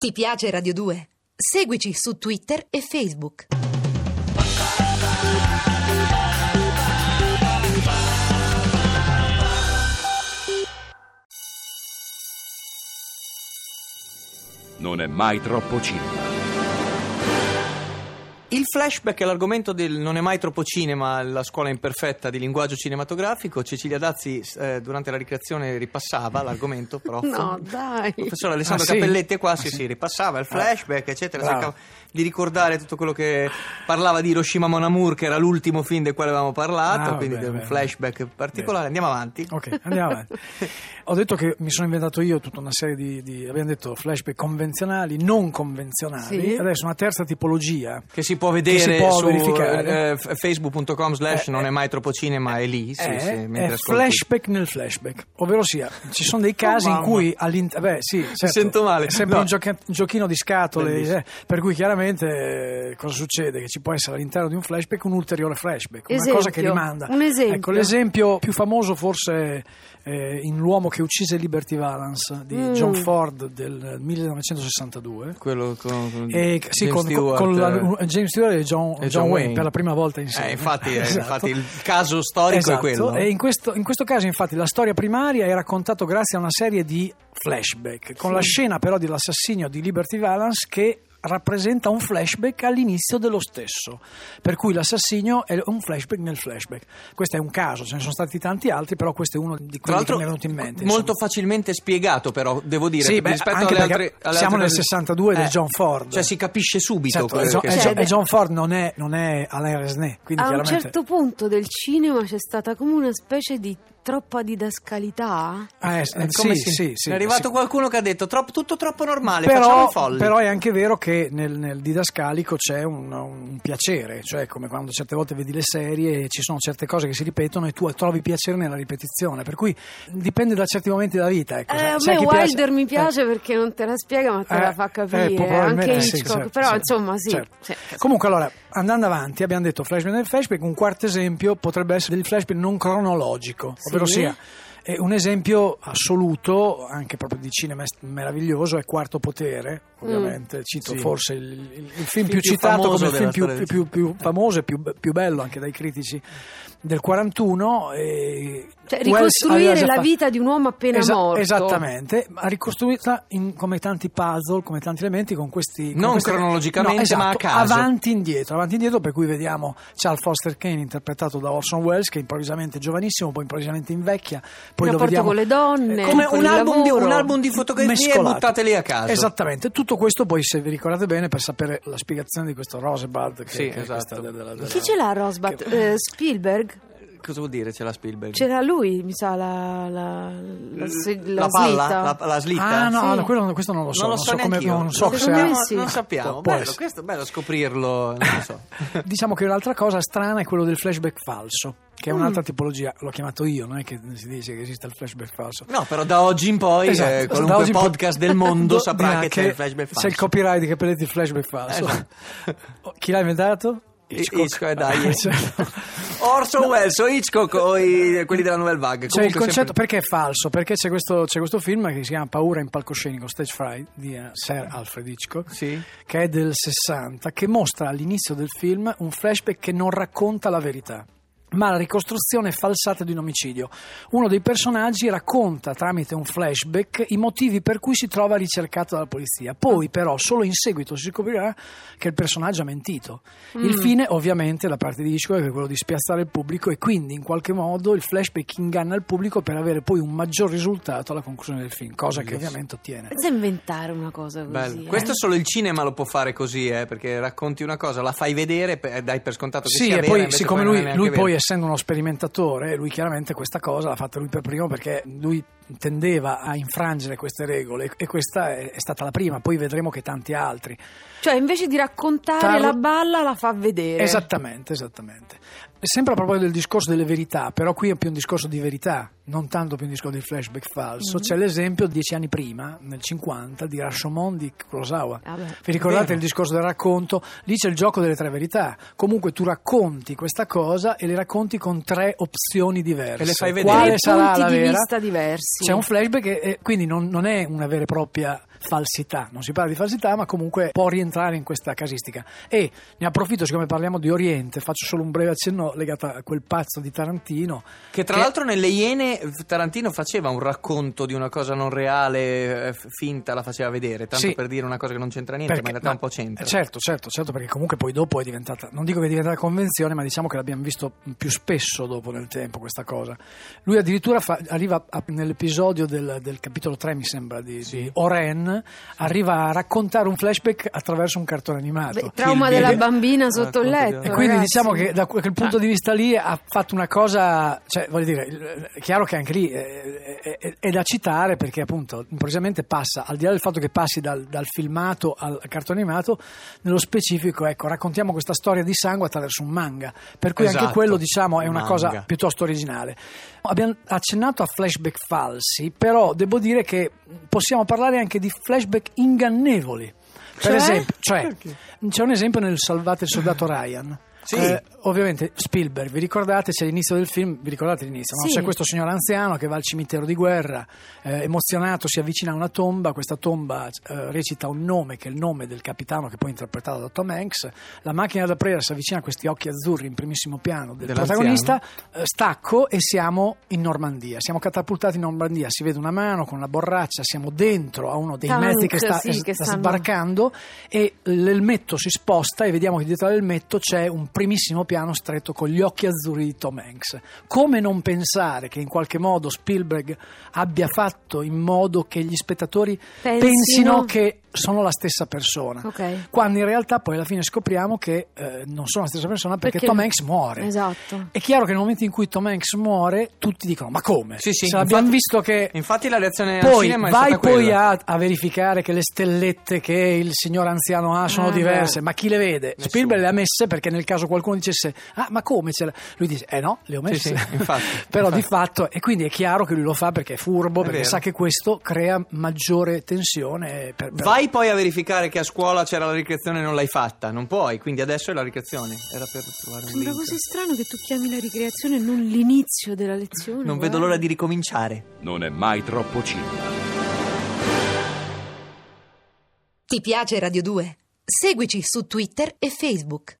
Ti piace Radio 2? Seguici su Twitter e Facebook. Non è mai troppo cinema. Il flashback è l'argomento del Non è mai troppo cinema, la scuola imperfetta di linguaggio cinematografico. Cecilia Dazzi durante la ricreazione ripassava l'argomento, prof. No, dai. Il professor Alessandro sì? Cappelletti è qua, sì, ripassava il flashback, eccetera. Bravo. Cercava di ricordare tutto quello che parlava di Hiroshima Mon Amour, che era l'ultimo film del quale avevamo parlato, quindi bene, un flashback particolare. Andiamo avanti. Ok, andiamo avanti. Ho detto che mi sono inventato io tutta una serie di abbiamo detto flashback convenzionali, non convenzionali. Sì. Adesso una terza tipologia Che si può vedere su verificare. facebook.com/ non è mai troppo cinema, è lì. Sì, È mentre ascolti. flashback nel flashback, ovvero sia ci sono dei casi in cui certo, sento male. è sempre No. un giochino di scatole, Bellissimo. per cui chiaramente cosa succede? Che ci può essere all'interno di un flashback un ulteriore flashback, una Esempio, cosa che rimanda. un esempio. Ecco, l'esempio più famoso forse in L'uomo che uccise Liberty Valance di John Ford del 1962. Quello con Sì, James Stewart, con James Stewart e John Wayne per la prima volta insieme. Infatti, Esatto. infatti il caso storico Esatto. è quello. E in questo caso infatti la storia primaria è raccontata grazie a una serie di flashback, con la scena però dell'assassinio di Liberty Valance che rappresenta un flashback all'inizio dello stesso, per cui l'assassinio è un flashback nel flashback. Questo è un caso, ce ne sono stati tanti altri, però questo è uno di quelli che mi è venuto in mente. Molto facilmente spiegato, però devo dire, Sì, rispetto anche alle perché altre siamo nel cose- 62 del John Ford. Cioè si capisce subito Certo, quello che e John Ford non è Alain Resnais, quindi A un chiaramente certo punto del cinema c'è stata come una specie di troppa didascalità. come sì, è arrivato sì. qualcuno che ha detto tutto troppo normale, facciamo i folli. Però è anche vero che nel didascalico c'è un piacere, cioè come quando certe volte vedi le serie e ci sono certe cose che si ripetono e tu trovi piacere nella ripetizione, per cui dipende da certi momenti della vita. Ecco. A C'è me chi Wilder mi piace perché non te la spiega ma te la fa capire, probabilmente anche sì, Hitchcock, certo, però sì, insomma sì. certo. Sì. Comunque allora, andando avanti, abbiamo detto flashback nel flashback, un quarto esempio potrebbe essere il flashback non cronologico, ovvero sia un esempio assoluto, anche proprio di cinema meraviglioso, è Quarto Potere, ovviamente, cito forse il film più citato come il film più famoso e più bello anche dai critici del 41. Cioè ricostruire la vita di un uomo appena morto. Esattamente, ma ricostruita come tanti puzzle, come tanti elementi, con questi non cronologicamente, ma a caso. Avanti e indietro, per cui vediamo Charles Foster Kane interpretato da Orson Welles, che improvvisamente giovanissimo, poi improvvisamente invecchia, poi il lo rapporto vediamo con le donne, come con un il album lavoro. di fotografie mescolato. buttate lì a caso. Esattamente, tutto questo poi, se vi ricordate bene, per sapere la spiegazione di questo Rosebud Sì, che è esatto. questa Chi ce l'ha Rosebud? Spielberg? Cosa vuol dire c'è la Spielberg? C'era lui, mi sa, la palla? slitta. La slitta? Ah no, Sì. no, questo non lo so, Non lo so come, neanch'io. non so Secondo se me ha- sì. Non sappiamo. Può Bello, essere. questo è bello scoprirlo. Non lo so. Diciamo che un'altra cosa strana è quello del flashback falso, che è un'altra tipologia, l'ho chiamato io, non è che si dice che esiste il flashback falso. No, però da oggi in poi Esatto, qualunque da oggi in poi- podcast del mondo saprà dirà che c'è il flashback falso. C'è il copyright di Cappelletti, il flashback falso. Chi l'ha inventato? Hitchcock, dai. Certo. Orson Welles o Hitchcock o quelli della Nouvelle Vague. Cioè il Comunque concetto, sempre- perché è falso? Perché c'è questo film che si chiama Paura in palcoscenico, Stage Fright, di Sir Alfred Hitchcock, Sì. che è del 60, che mostra all'inizio del film un flashback che non racconta la verità, ma la ricostruzione falsata di un omicidio. Uno dei personaggi racconta tramite un flashback i motivi per cui si trova ricercato dalla polizia. Poi però solo in seguito si scoprirà che il personaggio ha mentito. Il fine ovviamente da parte di Hitchcock è quello di spiazzare il pubblico e quindi in qualche modo il flashback inganna il pubblico per avere poi un maggior risultato alla conclusione del film, cosa che ovviamente ottiene. Pensa a inventare una cosa così. Bello. Questo solo il cinema lo può fare così, perché racconti una cosa, la fai vedere, dai per scontato che Sì, sia e vera, poi invece siccome non è lui neanche poi vera. essendo uno sperimentatore, lui chiaramente questa cosa l'ha fatta lui per primo, perché lui tendeva a infrangere queste regole e questa è stata la prima, poi vedremo che tanti altri. Cioè invece di raccontare la balla la fa vedere. Esattamente. Sempre a proposito del discorso delle verità, però qui è più un discorso di verità, non tanto più un discorso di flashback falso. C'è l'esempio 10 anni prima, nel 50, di Rashomon di Kurosawa. Vi ricordate il discorso del racconto? Lì c'è il gioco delle tre verità. Comunque tu racconti questa cosa e le racconti con tre opzioni diverse. E le fai vedere. Quale Tre sarà punti la di vera? vista diversi. C'è un flashback e quindi non è una vera e propria falsità, non si parla di falsità, ma comunque può rientrare in questa casistica. E ne approfitto, siccome parliamo di Oriente, faccio solo un breve accenno legato a quel pazzo di Tarantino, Che tra l'altro nelle Iene Tarantino faceva un racconto di una cosa non reale, finta, la faceva vedere, tanto Sì. per dire una cosa che non c'entra niente, ma in realtà un po' c'entra. Certo, perché comunque poi dopo è diventata, non dico che è diventata convenzione, ma diciamo che l'abbiamo visto più spesso dopo nel tempo questa cosa. Lui addirittura arriva nell'episodio del capitolo 3, mi sembra, di Oren, arriva a raccontare un flashback attraverso un cartone animato. Beh, trauma Kill Bill. della bambina sotto il Racconto di- letto. E quindi ragazzi. diciamo che da quel punto di vista lì ha fatto una cosa, cioè voglio dire, è chiaro che anche lì è da citare, perché appunto improvvisamente passa, al di là del fatto che passi dal filmato al cartone animato, nello specifico, ecco, raccontiamo questa storia di sangue attraverso un manga, per cui Esatto, anche quello, diciamo, è una manga. cosa piuttosto originale. Abbiamo accennato a flashback falsi, però devo dire che possiamo parlare anche di flashback ingannevoli. Per Cioè? esempio, c'è un esempio nel Salvate il soldato Ryan. Sì. Ovviamente Spielberg, vi ricordate, c'è l'inizio del film, vi ricordate l'inizio, no? Sì. C'è questo signor anziano che va al cimitero di guerra, emozionato si avvicina a una tomba, questa tomba recita un nome che è il nome del capitano, che poi è interpretato da Tom Hanks, la macchina da presa si avvicina a questi occhi azzurri in primissimo piano del Dell'anziano. protagonista, stacco e siamo in Normandia, siamo catapultati in Normandia, si vede una mano con una borraccia, siamo dentro a uno dei Tank, mezzi che sta stanno- sbarcando e l'elmetto si sposta e vediamo che dietro all'elmetto c'è un primissimo piano stretto con gli occhi azzurri di Tom Hanks. Come non pensare che in qualche modo Spielberg abbia fatto in modo che gli spettatori pensino che sono la stessa persona, Ok. quando in realtà poi alla fine scopriamo che non sono la stessa persona perché Tom Hanks muore. Esatto. È chiaro che nel momento in cui Tom Hanks muore tutti dicono ma come? Sì, sì, Se l'abbiamo infatti- visto che Infatti la reazione al poi cinema è vai stata poi quella. a verificare che le stellette che il signor anziano ha sono diverse, ma chi le vede? Nessuno. Spielberg le ha messe perché nel caso qualcuno dicesse ah ma come ce l'ha? Lui dice no, le ho messe. Sì, infatti, Però infatti. di fatto, e quindi è chiaro che lui lo fa perché è furbo, perché vero. sa che questo crea maggiore tensione per Vai poi a verificare che a scuola c'era la ricreazione e non l'hai fatta, non puoi, quindi adesso è la ricreazione. Era per trovare un Sembra link. così strano che tu chiami la ricreazione e non l'inizio della lezione. Non guarda. vedo l'ora di ricominciare. Non è mai troppo cinema. Ti piace Radio 2? Seguici su Twitter e Facebook.